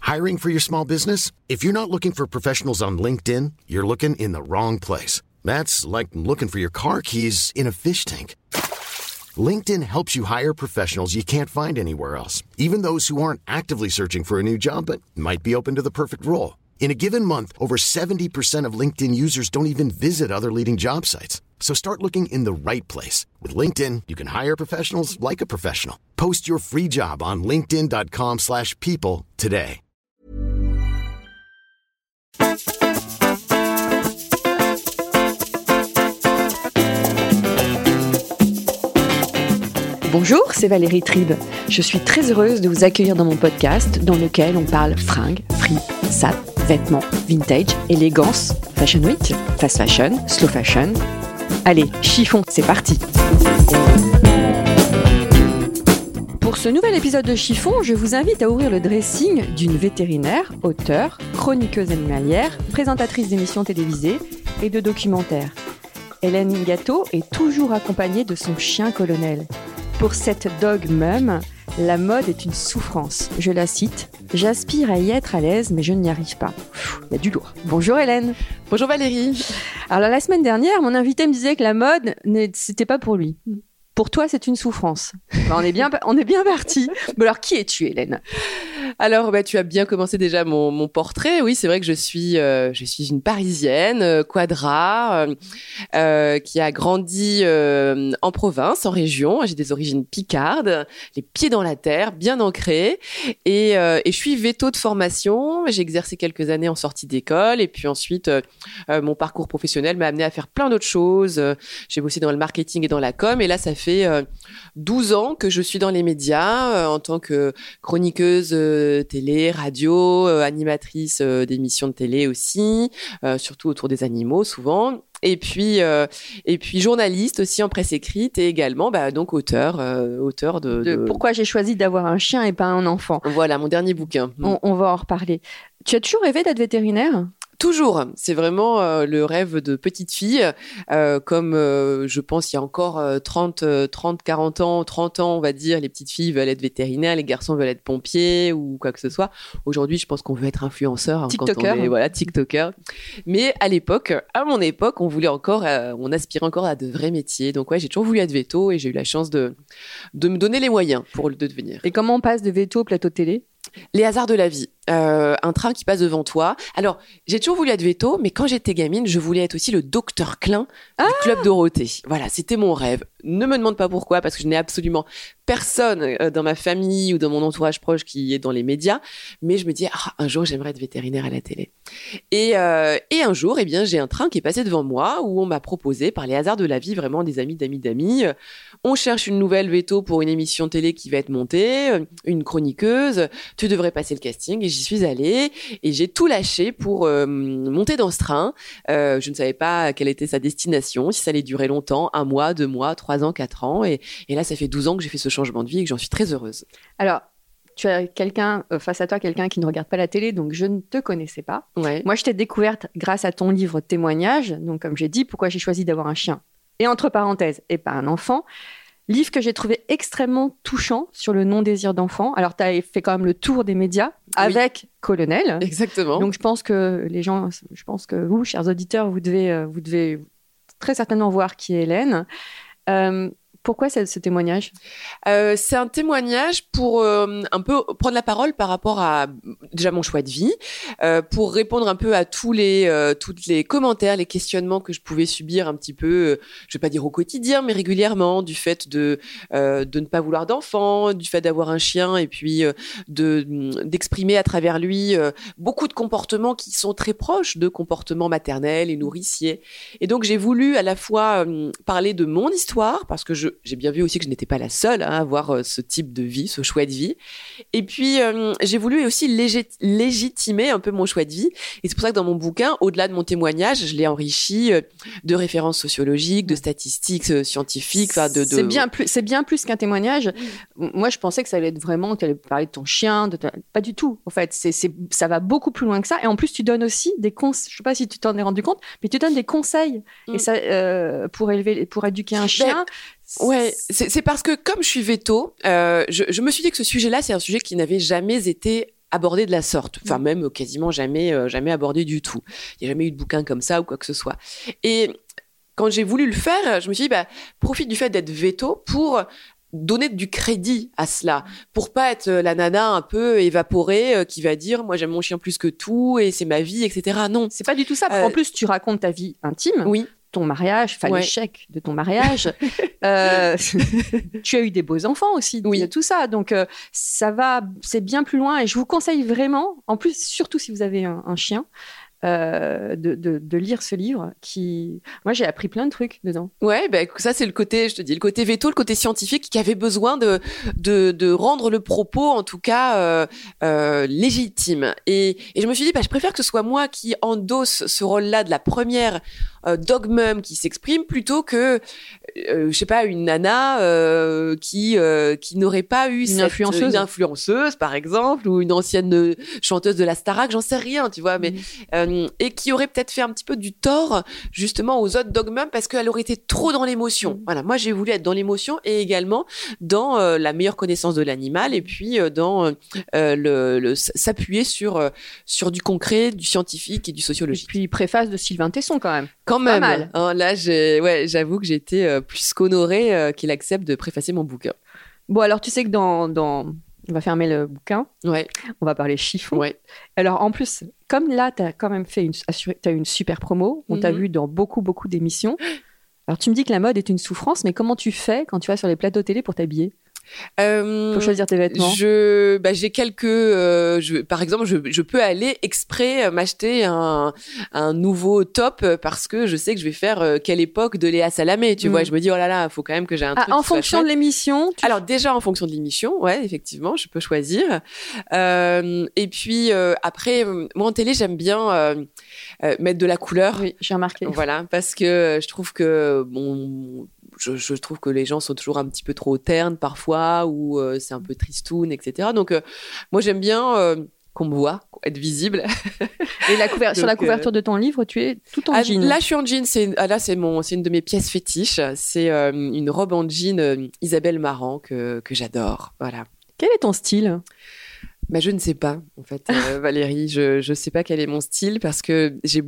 Hiring for your small business? If you're not looking for professionals on LinkedIn, you're looking in the wrong place. That's like looking for your car keys in a fish tank. LinkedIn helps you hire professionals you can't find anywhere else, even those who aren't actively searching for a new job but might be open to the perfect role. In a given month, over 70% of LinkedIn users don't even visit other leading job sites. So start looking in the right place. With LinkedIn, you can hire professionals like a professional. Post your free job on linkedin.com/people today. Bonjour, c'est Valérie Tribe. Je suis très heureuse de vous accueillir dans mon podcast dans lequel on parle fringues, fripe, sap, vêtements, vintage, élégance, fashion week, fast fashion, slow fashion. Allez, chiffon, c'est parti. Pour ce nouvel épisode de Chiffon, je vous invite à ouvrir le dressing d'une vétérinaire, auteure, chroniqueuse animalière, présentatrice d'émissions télévisées et de documentaires. Hélène Gâteau est toujours accompagnée de son chien colonel. Pour cette dog mum, la mode est une souffrance. Je la cite, « J'aspire à y être à l'aise, mais je n'y arrive pas. » Il y a du lourd. Bonjour Hélène. Bonjour Valérie. Alors la semaine dernière, mon invité me disait que la mode, c'était pas pour lui. Pour toi, c'est une souffrance. On est bien parti. Mais alors, qui es-tu, Hélène ? Alors, tu as bien commencé déjà mon portrait. Oui, c'est vrai que je suis une Parisienne, quadra, qui a grandi en province, en région. J'ai des origines picardes, les pieds dans la terre, bien ancrés. Et je suis véto de formation. J'ai exercé quelques années en sortie d'école. Et puis ensuite, mon parcours professionnel m'a amené à faire plein d'autres choses. J'ai bossé dans le marketing et dans la com. Et là, ça fait 12 ans que je suis dans les médias en tant que chroniqueuse télé, radio, animatrice d'émissions de télé aussi, surtout autour des animaux souvent. Et puis journaliste aussi en presse écrite et également donc auteur de Pourquoi j'ai choisi d'avoir un chien et pas un enfant. Voilà, mon dernier bouquin. On va en reparler. Tu as toujours rêvé d'être vétérinaire ? Toujours, c'est vraiment le rêve de petite fille, comme je pense il y a encore 30, 40 ans, 30 ans on va dire, les petites filles veulent être vétérinaires, les garçons veulent être pompiers ou quoi que ce soit. Aujourd'hui je pense qu'on veut être influenceur TikToker. Quand on est TikToker. Mais à mon époque, on aspirait encore à de vrais métiers. Donc ouais, j'ai toujours voulu être véto et j'ai eu la chance de me donner les moyens pour le devenir. Et comment on passe de véto au plateau de télé ? Les hasards de la vie. Un train qui passe devant toi. Alors, j'ai toujours voulu être véto, mais quand j'étais gamine, je voulais être aussi le docteur Klein du Club Dorothée. Voilà, c'était mon rêve. Ne me demande pas pourquoi, parce que je n'ai absolument personne dans ma famille ou dans mon entourage proche qui est dans les médias. Mais je me dis, un jour, j'aimerais être vétérinaire à la télé. Et un jour, j'ai un train qui est passé devant moi où on m'a proposé, par les hasards de la vie, vraiment des amis d'amis, on cherche une nouvelle véto pour une émission télé qui va être montée, une chroniqueuse, tu devrais passer le casting. Et j'y suis allée et j'ai tout lâché pour monter dans ce train. Je ne savais pas quelle était sa destination, si ça allait durer longtemps, 1 mois, 2 mois, 3 ans, 4 ans. Et là, ça fait 12 ans que j'ai fait ce changement de vie et que j'en suis très heureuse. Alors, tu as face à toi quelqu'un qui ne regarde pas la télé, donc je ne te connaissais pas. Ouais. Moi, je t'ai découverte grâce à ton livre Témoignages. Donc, comme j'ai dit, pourquoi j'ai choisi d'avoir un chien et entre parenthèses, et pas un enfant. Livre que j'ai trouvé extrêmement touchant sur le non-désir d'enfant. Alors, tu as fait quand même le tour des médias avec Colonel. Exactement. Donc, je pense que vous, chers auditeurs, vous devez très certainement voir qui est Hélène. Pourquoi ce témoignage ? C'est un témoignage pour un peu prendre la parole par rapport à déjà mon choix de vie, pour répondre un peu à tous les commentaires, les questionnements que je pouvais subir un petit peu, je vais pas dire au quotidien, mais régulièrement, du fait de ne pas vouloir d'enfant, du fait d'avoir un chien et puis d'exprimer à travers lui beaucoup de comportements qui sont très proches de comportements maternels et nourriciers. Et donc j'ai voulu à la fois parler de mon histoire parce que j'ai bien vu aussi que je n'étais pas la seule à avoir ce type de vie, ce choix de vie. Et puis, j'ai voulu aussi légitimer un peu mon choix de vie. Et c'est pour ça que dans mon bouquin, au-delà de mon témoignage, je l'ai enrichi de références sociologiques, de statistiques scientifiques. C'est bien plus qu'un témoignage. Moi, je pensais que ça allait être vraiment, tu allais parler de ton chien, pas du tout. En fait, ça va beaucoup plus loin que ça. Et en plus, tu donnes aussi des conseils. Je sais pas si tu t'en es rendu compte, mais tu donnes des conseils. Et ça, pour éduquer un chien. Ouais, c'est parce que comme je suis véto, je me suis dit que ce sujet-là, c'est un sujet qui n'avait jamais été abordé de la sorte. Enfin, même quasiment jamais abordé du tout. Il n'y a jamais eu de bouquin comme ça ou quoi que ce soit. Et quand j'ai voulu le faire, je me suis dit, profite du fait d'être veto pour donner du crédit à cela, pour pas être la nana un peu évaporée qui va dire moi j'aime mon chien plus que tout et c'est ma vie, etc. Non, c'est pas du tout ça. En plus, tu racontes ta vie intime. Oui. Ton mariage, l'échec de ton mariage. Tu as eu des beaux enfants aussi, tout ça. Donc, c'est bien plus loin. Et je vous conseille vraiment, en plus, surtout si vous avez un chien, de lire ce livre moi j'ai appris plein de trucs dedans. Ouais, ça c'est le côté, je te dis, le côté veto, le côté scientifique qui avait besoin de rendre le propos en tout cas légitime. Et je me suis dit je préfère que ce soit moi qui endosse ce rôle-là de la première dog-mum qui s'exprime plutôt que je sais pas, une nana qui n'aurait pas eu une influenceuse par exemple, ou une ancienne chanteuse de la Starac, j'en sais rien, tu vois, mais et qui aurait peut-être fait un petit peu du tort justement aux autres dog-mums parce qu'elle aurait été trop dans l'émotion. Voilà, moi j'ai voulu être dans l'émotion et également dans la meilleure connaissance de l'animal et puis dans s'appuyer sur du concret, du scientifique et du sociologique. Et puis préface de Sylvain Tesson quand même. Quand même. Pas mal. Hein, là j'avoue que j'ai été plus qu'honorée qu'il accepte de préfacer mon bouquin. Bon, alors tu sais que on va fermer le bouquin. Ouais. On va parler chiffon. Ouais. Alors, en plus, comme là, tu as quand même t'as eu une super promo. On t'a vu dans beaucoup, beaucoup d'émissions. Alors, tu me dis que la mode est une souffrance, mais comment tu fais quand tu vas sur les plateaux télé pour t'habiller ? Faut choisir tes vêtements. J'ai quelques. Par exemple, je peux aller exprès m'acheter un nouveau top parce que je sais que je vais faire quelle époque de Léa Salamé. Tu vois, je me dis oh là là, faut quand même que j'ai un truc. En fonction de l'émission. Alors déjà en fonction de l'émission, ouais, effectivement, je peux choisir. Et puis après, moi en télé, j'aime bien mettre de la couleur. Oui, j'ai remarqué. Voilà, parce que je trouve que je trouve que les gens sont toujours un petit peu trop ternes parfois ou c'est un peu tristoun, etc. Donc moi j'aime bien qu'on me voit, être visible. Et sur la couverture de ton livre, tu es tout en jean. Là je suis en jean, c'est une de mes pièces fétiches. C'est une robe en jean Isabelle Marant que j'adore. Voilà. Quel est ton style ? Je ne sais pas, en fait, Valérie. Je sais pas quel est mon style parce que j'ai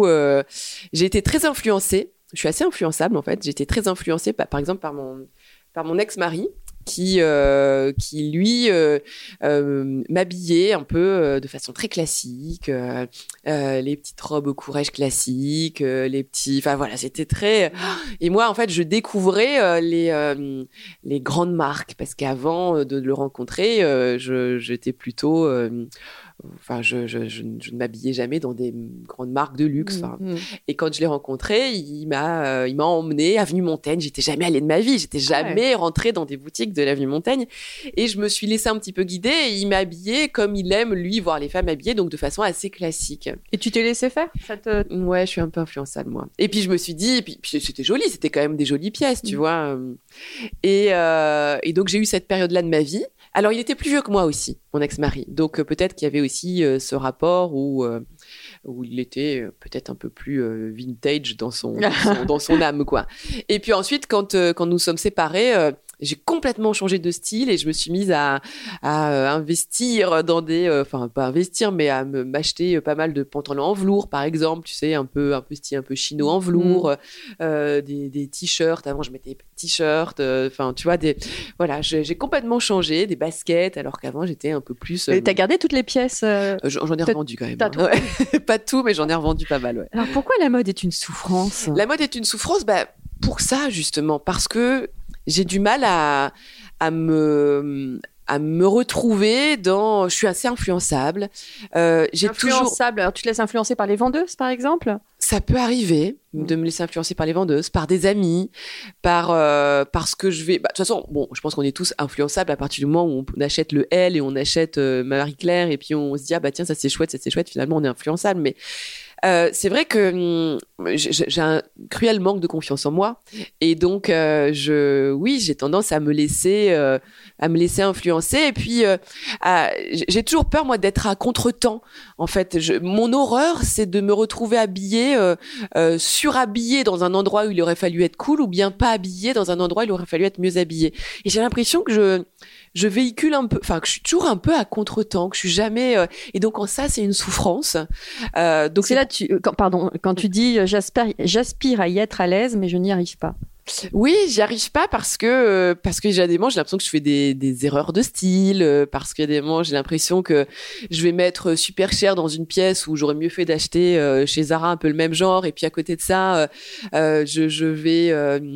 été très influencée. Je suis assez influençable, en fait. J'ai été très influencée, par exemple, par mon ex-mari qui lui m'habillait un peu de façon très classique, les petites robes au courage classiques, enfin voilà, c'était très. Et moi, en fait, je découvrais les grandes marques parce qu'avant de le rencontrer, j'étais plutôt. Enfin, je ne m'habillais jamais dans des grandes marques de luxe. Et quand je l'ai rencontré, il m'a emmené avenue Montaigne. J'étais jamais allée de ma vie. J'étais jamais rentrée dans des boutiques de l'avenue Montaigne. Et je me suis laissée un petit peu guider. Et il m'a habillée comme il aime, lui, voir les femmes habillées, donc de façon assez classique. Et tu t'es laissé faire ? Ouais, je suis un peu influençable, moi. Et puis, je me suis dit, puis c'était joli. C'était quand même des jolies pièces, tu vois. Et donc, j'ai eu cette période-là de ma vie. Alors, il était plus vieux que moi aussi, mon ex-mari. Donc, peut-être qu'il y avait aussi ce rapport où il était peut-être un peu plus vintage dans son âme, quoi. Et puis ensuite, quand nous sommes séparés, j'ai complètement changé de style et je me suis mise à investir dans enfin, pas investir, mais à m'acheter pas mal de pantalons en velours, par exemple, tu sais, un peu style un peu chino en velours, des t-shirts. Avant, je mettais des t-shirts, enfin, tu vois, voilà, j'ai complètement changé, des baskets, alors qu'avant, j'étais un peu plus. Et t'as gardé toutes les pièces J'en ai revendu quand même. Pas tout, mais j'en ai revendu pas mal, ouais. Alors, pourquoi la mode est une souffrance ? La mode est une souffrance, pour ça, justement, parce que j'ai du mal à me retrouver dans. Je suis assez influençable. Influençable. Alors, tu te laisses influencer par les vendeuses, par exemple ? Ça peut arriver de me laisser influencer par les vendeuses, par des amis, parce que je vais. De toute façon, bon, je pense qu'on est tous influençables à partir du moment où on achète le L et on achète Marie-Claire et puis on se dit tiens, ça c'est chouette. Finalement, on est influençable, mais. C'est vrai que j'ai un cruel manque de confiance en moi. Et donc, j'ai tendance à me laisser influencer. Et puis, j'ai toujours peur, moi, d'être à contre-temps. En fait, mon horreur, c'est de me retrouver habillée, surhabillée dans un endroit où il aurait fallu être cool, ou bien pas habillée dans un endroit où il aurait fallu être mieux habillée. Et j'ai l'impression que je véhicule un peu, enfin, que je suis toujours un peu à contre-temps, que je suis jamais, et donc en ça, c'est une souffrance. Donc c'est là, quand tu dis j'aspire à y être à l'aise, mais je n'y arrive pas. Oui, j'y arrive pas parce que j'ai l'impression que je fais des erreurs de style, parce qu'il y a des moments j'ai l'impression que je vais mettre super cher dans une pièce où j'aurais mieux fait d'acheter chez Zara un peu le même genre, et puis à côté de ça je vais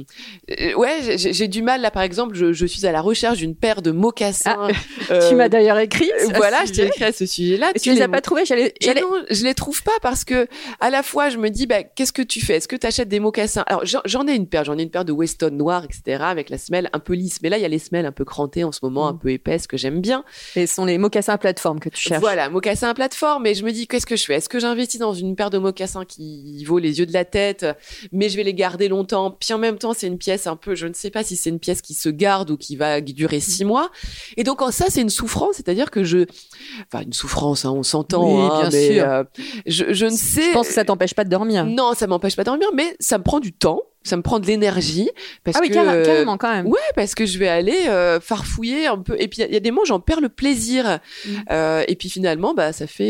j'ai du mal là, par exemple je suis à la recherche d'une paire de mocassins. Tu m'as d'ailleurs écrit voilà, je t'ai écrit à ce sujet-là. Tu les as pas trouvés? Non, je les trouve pas parce que à la fois je me dis qu'est-ce que tu fais? Est-ce que tu achètes des mocassins? Alors j'en ai une paire de Weston noir, etc., avec la semelle un peu lisse. Mais là, il y a les semelles un peu crantées en ce moment, un peu épaisses, que j'aime bien. Et ce sont les mocassins à plateforme que tu cherches. Voilà, mocassins à plateforme. Et je me dis, qu'est-ce que je fais? Est-ce que j'investis dans une paire de mocassins qui vaut les yeux de la tête, mais je vais les garder longtemps? Puis en même temps, c'est une pièce un peu, je ne sais pas si c'est une pièce qui se garde ou qui va durer 6 mois. Et donc, en ça, c'est une souffrance. C'est-à-dire que une souffrance, hein, on s'entend. Oui, bien sûr. Je ne sais. Je pense que ça t'empêche pas de dormir. Non, ça m'empêche pas de dormir, mais ça me prend du temps. Ça me prend de l'énergie. Carrément, quand même. Ouais, parce que je vais aller farfouiller un peu. Et puis, il y a des moments, j'en perds le plaisir. Et puis, finalement, ça fait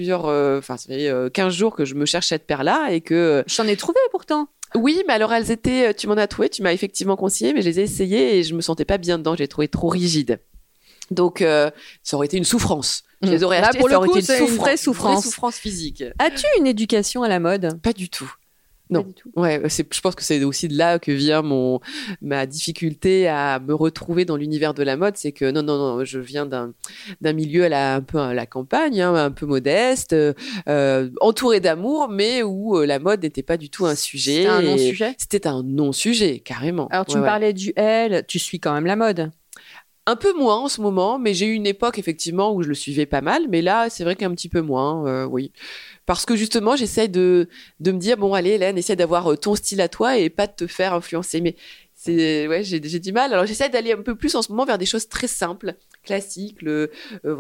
ça fait 15 jours que je me cherche cette paire-là et que... J'en ai trouvé, pourtant. Oui, mais alors, elles étaient... Tu m'en as trouvé, tu m'as effectivement conseillé, mais je les ai essayées et je me sentais pas bien dedans. Je les trouvais trop rigides. Donc, ça aurait été une souffrance. Je les aurais achetées, ça aurait été une vraie souffrance. Vraie souffrance physique. As-tu une éducation à la mode? Pas du tout. Non. Ouais, je pense que c'est aussi de là que vient ma difficulté à me retrouver dans l'univers de la mode. C'est que non, je viens d'un milieu un peu à la campagne, hein, un peu modeste, entouré d'amour, mais où la mode n'était pas du tout un sujet. C'était un non-sujet. C'était un non-sujet, carrément. Alors tu me parlais du L, tu suis quand même la mode. Un peu moins en ce moment, mais j'ai eu une époque effectivement où je le suivais pas mal, mais là c'est vrai qu'un petit peu moins, oui. Parce que justement j'essaie de me dire bon allez Hélène, essaie d'avoir ton style à toi et pas de te faire influencer. Mais j'ai du mal. Alors j'essaie d'aller un peu plus en ce moment vers des choses très simples, classiques, le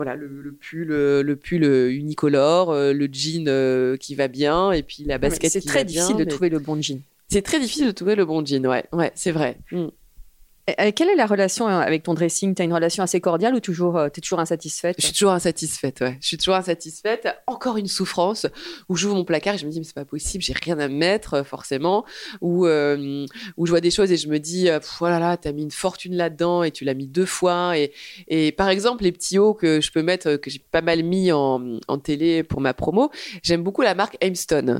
pull unicolore, le jean qui va bien et puis la basket qui va bien. C'est très difficile de trouver le bon jean. C'est très difficile de trouver le bon jean, ouais, c'est vrai. Quelle est la relation avec ton dressing? Tu as une relation assez cordiale ou t'es toujours insatisfaite? Je suis toujours insatisfaite, ouais. Je suis toujours insatisfaite. Encore une souffrance où j'ouvre mon placard et je me dis mais c'est pas possible, j'ai rien à me mettre forcément. Où je vois des choses et je me dis oh là là, t'as mis une fortune là-dedans et tu l'as mis 2 fois. Et par exemple les petits hauts que je peux mettre, que j'ai pas mal mis en télé pour ma promo, j'aime beaucoup la marque Aimstone.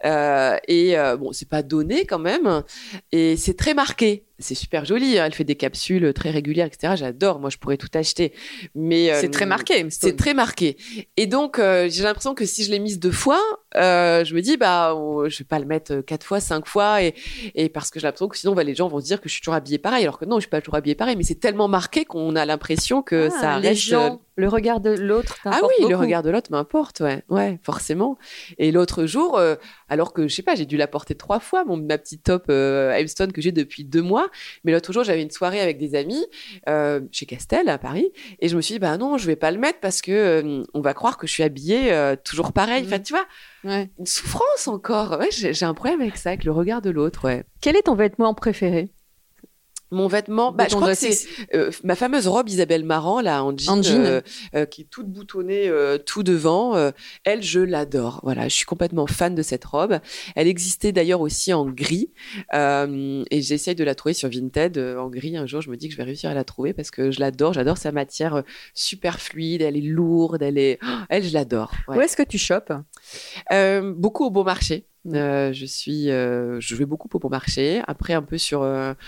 Bon c'est pas donné quand même et c'est très marqué. C'est super joli, hein. Elle fait des capsules très régulières, etc. J'adore, moi je pourrais tout acheter. Mais c'est très marqué. C'est très marqué. Et donc j'ai l'impression que si je l'ai mise 2 fois, je me dis je vais pas le mettre 4 fois, 5 fois, et parce que j'ai l'impression que sinon les gens vont se dire que je suis toujours habillée pareil, alors que non, je suis pas toujours habillée pareil. Mais c'est tellement marqué qu'on a l'impression que ça reste. Les gens, le regard de l'autre t'importe beaucoup. Le regard de l'autre m'importe, ouais, forcément. Et l'autre jour, alors que je sais pas, j'ai dû la porter 3 fois, ma petite top Aimstone que j'ai depuis 2 mois. Mais l'autre jour, j'avais une soirée avec des amis chez Castel à Paris, et je me suis dit non, je vais pas le mettre parce que on va croire que je suis habillée toujours pareil. Enfin, tu vois, une souffrance encore. Ouais, j'ai un problème avec ça, avec le regard de l'autre. Ouais. Quel est ton vêtement préféré? Mon vêtement, je crois que c'est ma fameuse robe Isabelle Marant là en jean. Qui est toute boutonnée tout devant. Elle, je l'adore. Voilà, je suis complètement fan de cette robe. Elle existait d'ailleurs aussi en gris et j'essaye de la trouver sur Vinted en gris. Un jour, je me dis que je vais réussir à la trouver parce que je l'adore. J'adore sa matière super fluide. Elle est lourde. Elle, je l'adore. Ouais. Où est-ce que tu chopes? Beaucoup au Bon Marché. Je vais beaucoup au Bon Marché. Après, un peu sur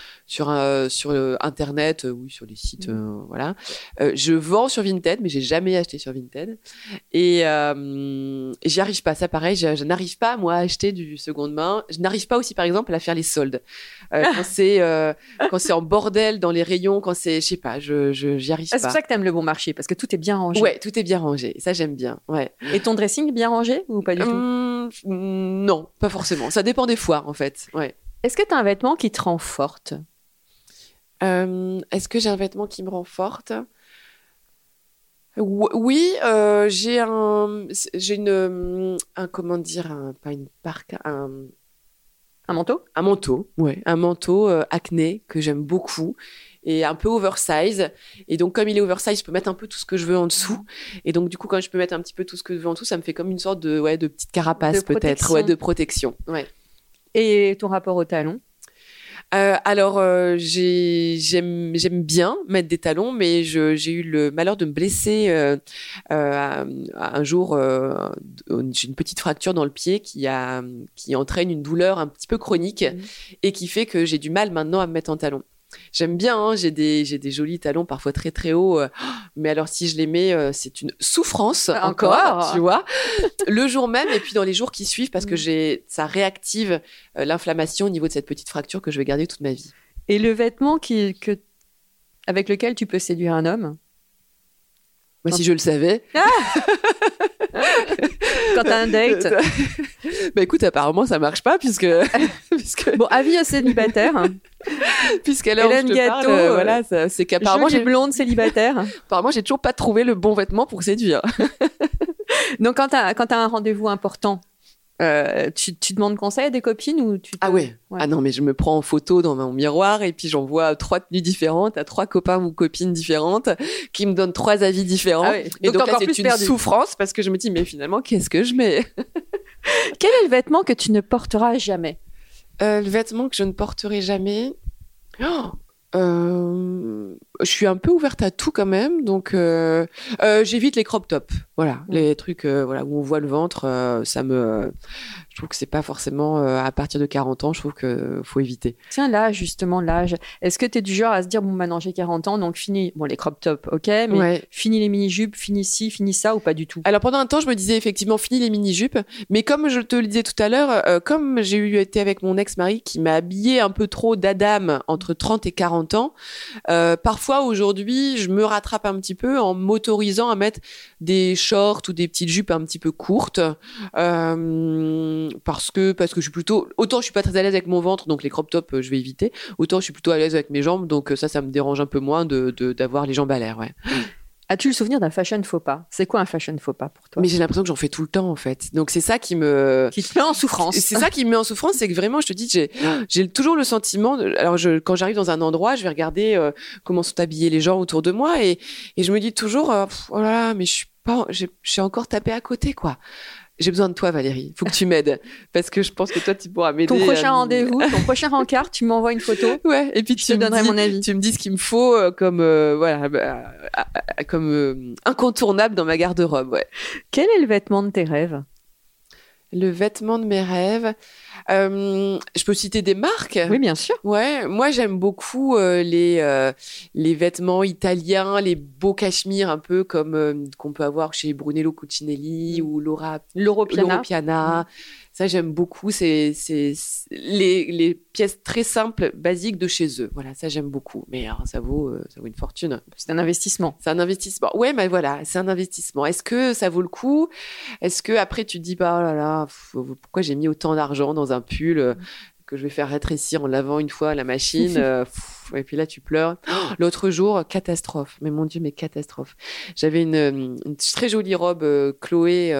Internet, oui, sur les sites, voilà. Je vends sur Vinted, mais j'ai jamais acheté sur Vinted. Et j'y arrive pas. Ça, pareil, je n'arrive pas, moi, à acheter du seconde main. Je n'arrive pas aussi, par exemple, à faire les soldes. Quand c'est en bordel dans les rayons, quand c'est, je sais pas, j'y arrive pas. C'est pour ça que t'aimes le Bon Marché, parce que tout est bien rangé. Ouais, tout est bien rangé. Ça, j'aime bien. Ouais. Et ton dressing bien rangé ou pas du tout? Non, pas forcément. Ça dépend des fois, en fait. Ouais. Est-ce que tu as un vêtement qui te rend forte? Est-ce que j'ai un vêtement qui me rend forte? Oui, j'ai comment dire, pas une parka, Un manteau? un manteau, ouais, un manteau acné que j'aime beaucoup et un peu oversize. Et donc, comme il est oversize, je peux mettre un peu tout ce que je veux en dessous. Et donc, du coup, quand je peux mettre un petit peu tout ce que je veux en dessous, ça me fait comme une sorte de petite carapace, peut-être, de protection. Ouais. Et ton rapport au talon? Alors, j'aime bien mettre des talons, mais j'ai eu le malheur de me blesser un jour. J'ai une petite fracture dans le pied qui entraîne une douleur un petit peu chronique et qui fait que j'ai du mal maintenant à me mettre en talons. J'aime bien, hein, j'ai des jolis talons, parfois très très hauts, mais alors si je les mets, c'est une souffrance encore, tu vois, le jour même et puis dans les jours qui suivent parce que ça réactive l'inflammation au niveau de cette petite fracture que je vais garder toute ma vie. Et le vêtement avec lequel tu peux séduire un homme? Si je le savais. Quand t'as un date. Écoute, apparemment ça marche pas puisque... Bon, avis aux célibataires. Puisqu'à l'heure où je te Gâteau, parle, voilà, c'est qu'apparemment j'ai blonde célibataire. Apparemment j'ai toujours pas trouvé le bon vêtement pour séduire. Donc quand t'as un rendez-vous important, tu demandes conseil à des copines ou Ah ouais. Ah non, mais je me prends en photo dans mon miroir et puis j'envoie 3 tenues différentes à 3 copains ou copines différentes qui me donnent 3 avis différents. Ah ouais. Et donc là, c'est une souffrance parce que je me dis, mais finalement, qu'est-ce que je mets? Quel est le vêtement que tu ne porteras jamais? Le vêtement que je ne porterai jamais... je suis un peu ouverte à tout quand même, donc j'évite les crop tops. Voilà, les trucs où on voit le ventre, je trouve que c'est pas forcément à partir de 40 ans, je trouve que faut éviter. Tiens, là, justement, l'âge. Est-ce que tu es du genre à se dire, bon, maintenant j'ai 40 ans, donc fini, les crop tops, ok, mais fini les mini-jupes, fini ci, fini ça, ou pas du tout? Alors pendant un temps, je me disais effectivement, fini les mini-jupes, mais comme je te le disais tout à l'heure, comme j'ai été avec mon ex-mari qui m'a habillée un peu trop d'Adam entre 30 et 40 ans, parfois aujourd'hui, je me rattrape un petit peu en m'autorisant à mettre des shorts ou des petites jupes un petit peu courtes, parce que je suis plutôt, autant je suis pas très à l'aise avec mon ventre, donc les crop tops je vais éviter, autant je suis plutôt à l'aise avec mes jambes, donc ça me dérange un peu moins d'avoir les jambes à l'air, ouais. As-tu le souvenir d'un fashion faux pas? C'est quoi un fashion faux pas pour toi? Mais j'ai l'impression que j'en fais tout le temps en fait. Donc c'est ça qui te met en souffrance. C'est ça qui me met en souffrance, c'est que vraiment je te dis, j'ai toujours le sentiment. Alors quand j'arrive dans un endroit, je vais regarder comment sont habillés les gens autour de moi et je me dis toujours, oh là là, mais je suis encore tapée à côté quoi. J'ai besoin de toi, Valérie. Faut que tu m'aides. Parce que je pense que toi, tu pourras m'aider. Ton prochain rendez-vous, ton prochain rencard, tu m'envoies une photo. Ouais. Et puis, je te donnerai mon avis. Tu me dis ce qu'il me faut comme incontournable dans ma garde-robe, ouais. Quel est le vêtement de tes rêves? Le vêtement de mes rêves. Je peux citer des marques. Oui, bien sûr. Ouais, moi j'aime beaucoup les vêtements italiens, les beaux cachemires un peu comme qu'on peut avoir chez Brunello Cucinelli ou Loro Piana. Ça j'aime beaucoup. C'est les pièces très simples, basiques de chez eux. Voilà, ça j'aime beaucoup. Mais alors, ça vaut une fortune. C'est un investissement. C'est un investissement. Ouais, mais voilà, c'est un investissement. Est-ce que ça vaut le coup? Est-ce que après tu te dis pas, oh là là, pourquoi j'ai mis autant d'argent dans un pull que je vais faire rétrécir en lavant une fois à la machine et puis là tu pleures. L'autre jour, catastrophe. Mais mon Dieu, mais catastrophe. J'avais une très jolie robe Chloé.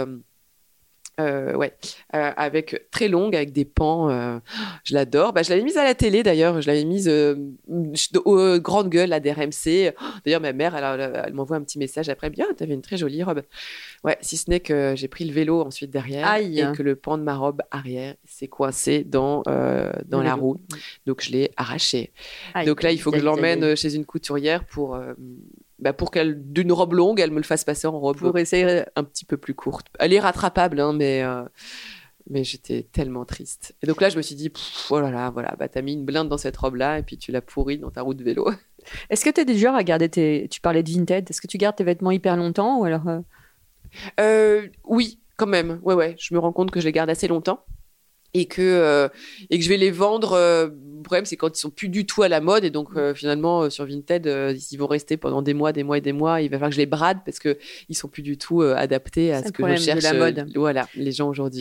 Avec très longue, avec des pans, je l'adore. Je l'avais mise à la télé d'ailleurs, je l'avais mise aux grandes gueules là, d'RMC. D'ailleurs, ma mère, elle m'envoie un petit message après, bien, t'avais une très jolie robe. Ouais, si ce n'est que j'ai pris le vélo ensuite derrière. Aïe. Et que le pan de ma robe arrière s'est coincé dans la roue. Donc je l'ai arraché. Aïe. Donc là, il faut que je l'emmène chez une couturière pour qu'elle, d'une robe longue, elle me le fasse passer en robe pour essayer un petit peu plus courte. Elle est rattrapable, hein, mais j'étais tellement triste. Et donc là, je me suis dit, oh là là, voilà, t'as mis une blinde dans cette robe-là et puis tu l'as pourrie dans ta roue de vélo. Est-ce que t'es du genre à garder tu parlais de Vinted, est-ce que tu gardes tes vêtements hyper longtemps ou alors Oui, quand même. Ouais, je me rends compte que je les garde assez longtemps. Et que je vais les vendre. Le problème, c'est quand ils sont plus du tout à la mode. Et donc, finalement, sur Vinted, ils vont rester pendant des mois et des mois. Il va falloir que je les brade parce qu'ils sont plus du tout adaptés à ce que je cherche. De la mode. Voilà, les gens aujourd'hui.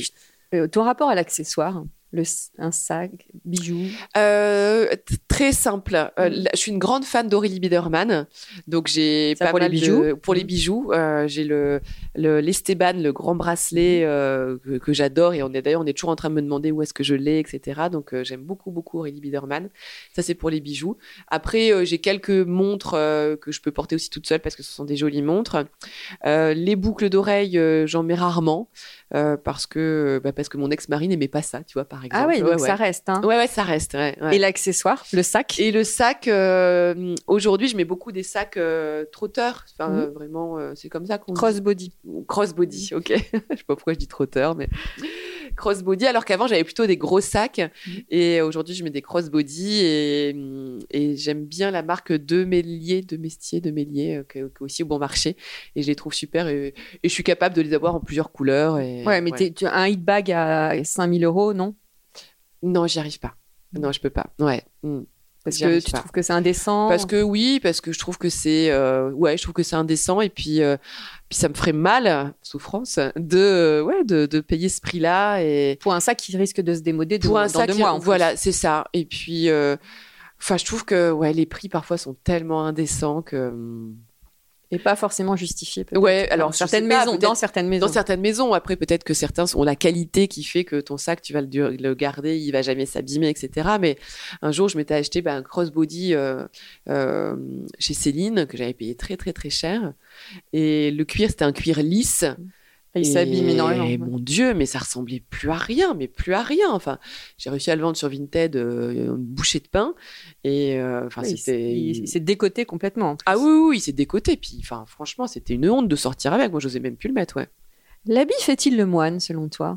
Ton rapport à l'accessoire, un sac, bijoux? Très simple. Je suis une grande fan d'Aurélie Biedermann, donc j'ai ça pas pour mal les bijoux. pour les bijoux. J'ai l'Esteban, le grand bracelet que j'adore, et on est toujours en train de me demander où est-ce que je l'ai, etc. Donc j'aime beaucoup Aurélie Biedermann. Ça c'est pour les bijoux. Après j'ai quelques montres que je peux porter aussi toute seule parce que ce sont des jolies montres. Les boucles d'oreilles, j'en mets rarement. Parce que mon ex-mari n'aimait pas ça, tu vois, par exemple. Ah oui, donc ça reste. Hein. Ouais, ça reste. Ouais. Et l'accessoire, le sac? Et le sac, aujourd'hui, je mets beaucoup des sacs trotteurs. Enfin, vraiment, c'est comme ça qu'on Crossbody. Crossbody, ok. Je sais pas pourquoi je dis trotteur, mais crossbody. Alors qu'avant, j'avais plutôt des gros sacs. Et aujourd'hui, je mets des crossbody. Et j'aime bien la marque de Mestier, qui est aussi au bon marché. Et je les trouve super. Et je suis capable de les avoir en plusieurs couleurs. Ouais, mais tu as un hit bag à 5 000 €, non? Non, j'y arrive pas. Non, je peux pas. Ouais. Parce que tu trouves que c'est indécent? Parce que je trouve que c'est je trouve que c'est indécent, et puis ça me ferait mal, souffrance, de payer ce prix-là, et pour un sac qui risque de se démoder dans 2 mois. Voilà, c'est ça. Et puis je trouve que les prix parfois sont tellement indécents que et pas forcément justifié, peut-être. Ouais, alors dans certaines maisons. Après, peut-être que certains ont la qualité qui fait que ton sac, tu vas le garder, il va jamais s'abîmer, etc. Mais un jour, je m'étais acheté un crossbody chez Céline, que j'avais payé très, très, très cher. Et le cuir, c'était un cuir lisse. Il s'abîme énormément. Et mon Dieu, mais ça ressemblait plus à rien. Enfin, j'ai réussi à le vendre sur Vinted, une bouchée de pain. Et il s'est décoté complètement. Ah oui, il s'est décoté. Puis, franchement, c'était une honte de sortir avec. Moi, j'osais même plus le mettre, ouais. L'habit fait-il le moine, selon toi?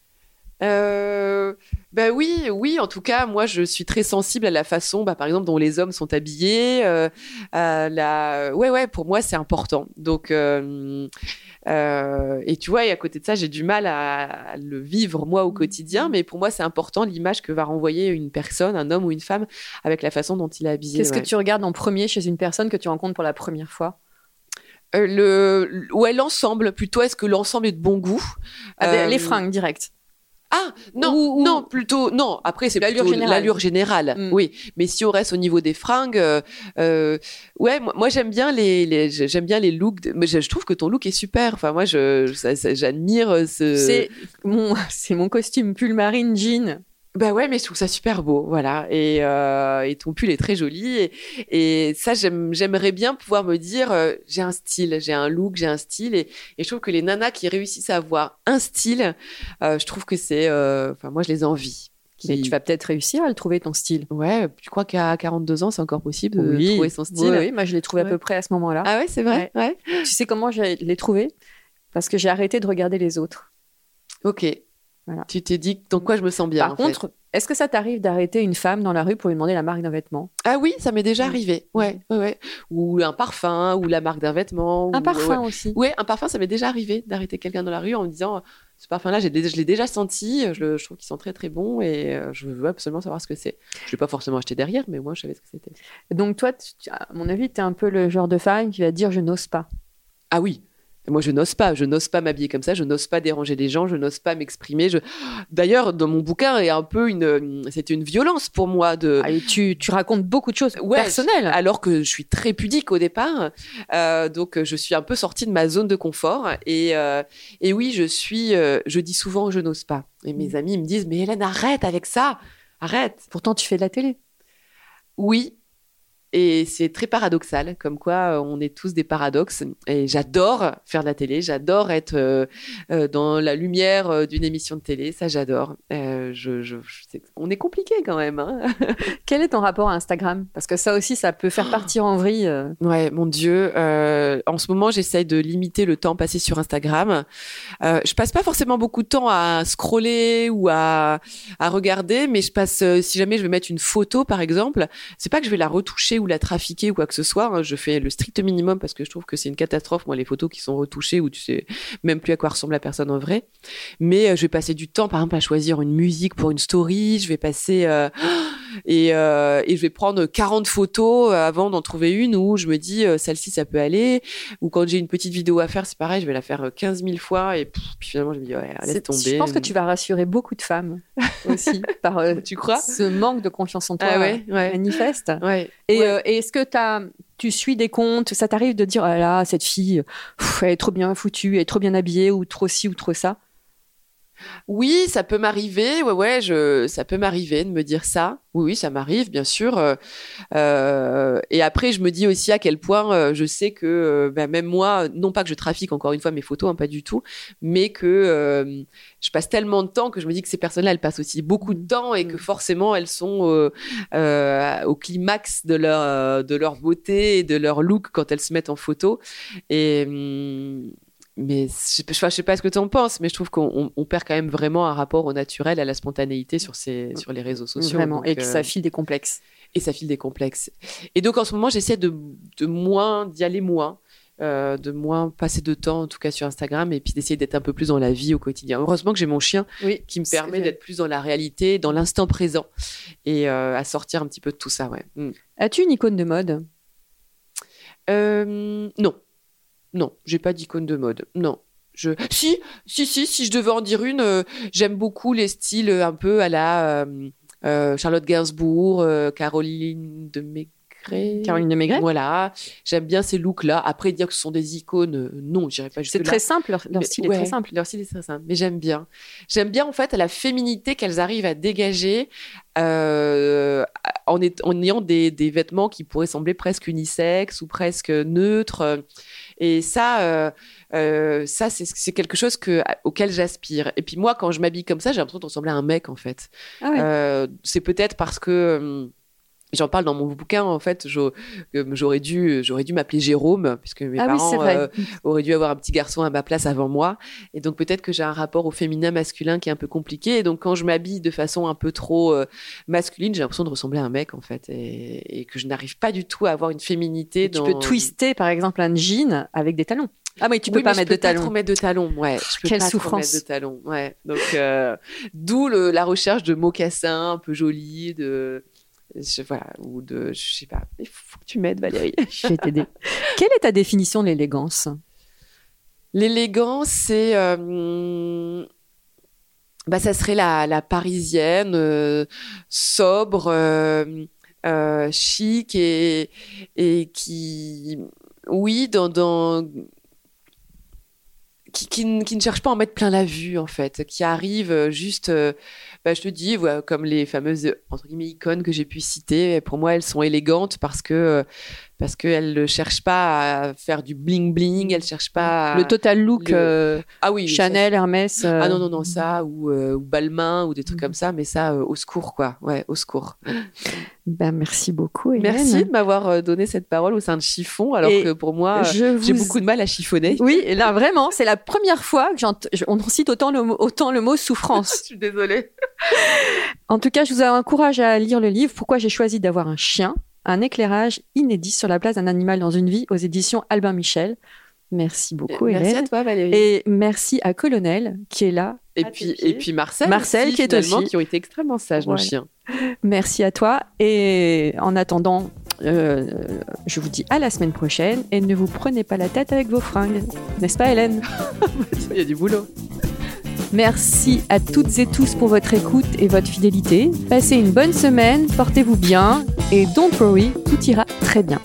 Oui, en tout cas, moi, je suis très sensible à la façon, par exemple, dont les hommes sont habillés. Pour moi, c'est important. Donc, et tu vois, et à côté de ça, j'ai du mal à le vivre, moi, au quotidien. Mais pour moi, c'est important l'image que va renvoyer une personne, un homme ou une femme, avec la façon dont il est habillé. Qu'est-ce que tu regardes en premier chez une personne que tu rencontres pour la première fois? L'ensemble, plutôt. Est-ce que l'ensemble est de bon goût? Les fringues, direct. Ah, non, plutôt, non. Après, c'est l'allure générale. Oui. Mais si on reste au niveau des fringues, moi, j'aime bien les looks. Mais je trouve que ton look est super. Enfin, moi, j'admire c'est mon costume pull marine jean. Mais je trouve ça super beau, voilà. Et ton pull est très joli. Et ça, j'aimerais bien pouvoir me dire, j'ai un style, j'ai un look, j'ai un style. Et je trouve que les nanas qui réussissent à avoir un style, je trouve que c'est... moi, je les envie. Mais tu vas peut-être réussir à le trouver, ton style. Ouais, tu crois qu'à 42 ans, c'est encore possible de trouver son style? Oui, moi, je l'ai trouvé à peu près à ce moment-là. Ah ouais, c'est vrai? Ouais. Tu sais comment je l'ai trouvé? Parce que j'ai arrêté de regarder les autres. Ok. Voilà. Tu t'es dit dans quoi je me sens bien. Par contre, est-ce que ça t'arrive d'arrêter une femme dans la rue pour lui demander la marque d'un vêtement? Ah oui, ça m'est déjà arrivé. Ouais. Ou un parfum, ou la marque d'un vêtement. Un parfum aussi. Ouais, un parfum, ça m'est déjà arrivé d'arrêter quelqu'un dans la rue en me disant ce parfum-là, je l'ai déjà senti, je trouve qu'ils sont très très bons et je veux absolument savoir ce que c'est. Je ne l'ai pas forcément acheté derrière, mais moi je savais ce que c'était. Donc toi, à mon avis, tu es un peu le genre de femme qui va dire je n'ose pas. Ah oui. Moi, je n'ose pas m'habiller comme ça, je n'ose pas déranger les gens, je n'ose pas m'exprimer. D'ailleurs, dans mon bouquin, il y a un peu c'était une violence pour moi de. Et tu racontes beaucoup de choses personnelles. Alors que je suis très pudique au départ, donc je suis un peu sortie de ma zone de confort. Et oui, je dis souvent je n'ose pas. Et mes amis me disent mais Hélène, arrête avec ça, arrête. Pourtant, tu fais de la télé. Oui. Et c'est très paradoxal, comme quoi on est tous des paradoxes. Et j'adore faire de la télé, j'adore être dans la lumière d'une émission de télé, ça j'adore. On est compliqué quand même. Hein. Quel est ton rapport à Instagram? Parce que ça aussi, ça peut faire partir en vrille. Ouais, mon Dieu. En ce moment, j'essaye de limiter le temps passé sur Instagram. Je passe pas forcément beaucoup de temps à scroller ou à regarder, mais je passe, si jamais je vais mettre une photo par exemple, c'est pas que je vais la retoucher ou la trafiquer ou quoi que ce soit. Hein. Je fais le strict minimum parce que je trouve que c'est une catastrophe, moi, les photos qui sont retouchées où tu sais même plus à quoi ressemble la personne en vrai. Mais je vais passer du temps, par exemple, à choisir une musique pour une story. Je vais passer et je vais prendre 40 photos avant d'en trouver une où je me dis celle-ci ça peut aller. Ou quand j'ai une petite vidéo à faire, c'est pareil, je vais la faire 15 000 fois et puis finalement je me dis ouais, laisse tomber. Je pense que tu vas rassurer beaucoup de femmes aussi par tu crois ce manque de confiance en toi manifeste. Ouais. Et est-ce que tu suis des comptes, ça t'arrive de dire oh là là, cette fille elle est trop bien foutue, elle est trop bien habillée ou trop ci ou trop ça? Oui, ça peut m'arriver. Ça peut m'arriver de me dire ça. Oui, ça m'arrive, bien sûr. Et après, je me dis aussi à quel point je sais que même moi, non pas que je trafique encore une fois mes photos, hein, pas du tout, mais que je passe tellement de temps que je me dis que ces personnes-là, elles passent aussi beaucoup de temps et que forcément, elles sont au climax de leur beauté et de leur look quand elles se mettent en photo. Mais je sais pas ce que tu en penses, mais je trouve qu'on perd quand même vraiment un rapport au naturel, à la spontanéité sur les réseaux sociaux. Vraiment, donc, et que ça file des complexes. Et ça file des complexes. Et donc en ce moment, j'essaie d'y aller moins, de moins passer de temps, en tout cas sur Instagram, et puis d'essayer d'être un peu plus dans la vie au quotidien. Heureusement que j'ai mon chien qui me permet d'être plus dans la réalité, dans l'instant présent, et à sortir un petit peu de tout ça. Ouais. As-tu une icône de mode? Non. Non, j'ai pas d'icône de mode. Non. Si je devais en dire une, j'aime beaucoup les styles un peu à la Charlotte Gainsbourg, Caroline de Maigret. Voilà. J'aime bien ces looks-là. Après, dire que ce sont des icônes, non, je dirais pas jusque-là. C'est très simple, leur style est très simple. Leur style est très simple. Mais j'aime bien. J'aime bien, en fait, la féminité qu'elles arrivent à dégager en ayant des vêtements qui pourraient sembler presque unisexes ou presque neutres. Et ça, c'est quelque chose auquel j'aspire. Et puis moi, quand je m'habille comme ça, j'ai l'impression de ressembler à un mec, en fait. Ah ouais. C'est peut-être parce que... J'en parle dans mon bouquin, en fait, j'aurais dû m'appeler Jérôme, puisque mes parents auraient dû avoir un petit garçon à ma place avant moi. Et donc, peut-être que j'ai un rapport au féminin-masculin qui est un peu compliqué. Et donc, quand je m'habille de façon un peu trop masculine, j'ai l'impression de ressembler à un mec, en fait. Et que je n'arrive pas du tout à avoir une féminité. Tu peux twister, par exemple, un jean avec des talons. Ah oui, tu peux pas mettre de talons. Je peux pas trop mettre de talons, ouais. Quelle souffrance. Trop mettre de talons, ouais. Donc, d'où la recherche de mocassins un peu jolis, je sais pas, il faut que tu m'aides, Valérie. Je vais t'aider. Quelle est ta définition de l'élégance? L'élégance, c'est ça serait la parisienne, sobre, chic et qui qui ne cherche pas à en mettre plein la vue, en fait, qui arrive juste, je te dis, voilà, comme les fameuses, entre guillemets, icônes que j'ai pu citer, pour moi, elles sont élégantes parce qu'elles ne cherchent pas à faire du bling-bling, elles ne cherchent pas... Le total look Chanel, ça, Hermès... Ah non, ça, ou Balmain, ou des trucs comme ça, mais ça, au secours, quoi. Ouais, au secours. Merci beaucoup, Hélène. Merci de m'avoir donné cette parole au sein de Chiffon, alors que pour moi, j'ai beaucoup de mal à chiffonner. Oui, et là, vraiment, c'est la première fois qu'on cite autant le mot souffrance. Je suis désolée. En tout cas, je vous encourage à lire le livre « Pourquoi j'ai choisi d'avoir un chien ?» Un éclairage inédit sur la place d'un animal dans une vie aux éditions Albin Michel. Merci beaucoup, Hélène. Merci à toi, Valérie. Et merci à Colonel qui est là. Et puis Marcel qui est aussi. Qui ont été extrêmement sages, nos chiens. Merci à toi. Et en attendant, je vous dis à la semaine prochaine. Et ne vous prenez pas la tête avec vos fringues. N'est-ce pas, Hélène? Il y a du boulot. Merci à toutes et tous pour votre écoute et votre fidélité. Passez une bonne semaine, portez-vous bien et don't worry, tout ira très bien.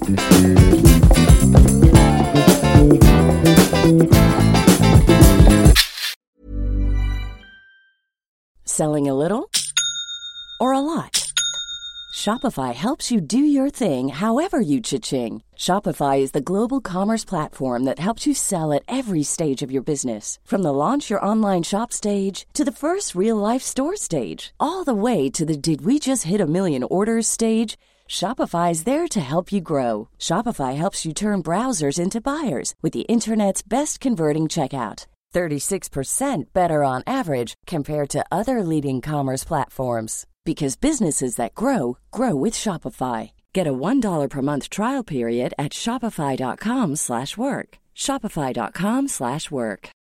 Selling a little or a lot? Shopify helps you do your thing however you cha-ching. Shopify is the global commerce platform that helps you sell at every stage of your business. From the launch your online shop stage to the first real-life store stage, all the way to the did we just hit a million orders stage. Shopify is there to help you grow. Shopify helps you turn browsers into buyers with the internet's best converting checkout. 36% better on average compared to other leading commerce platforms. Because businesses that grow, grow with Shopify. Get a $1 per month trial period at shopify.com/work. Shopify.com/work.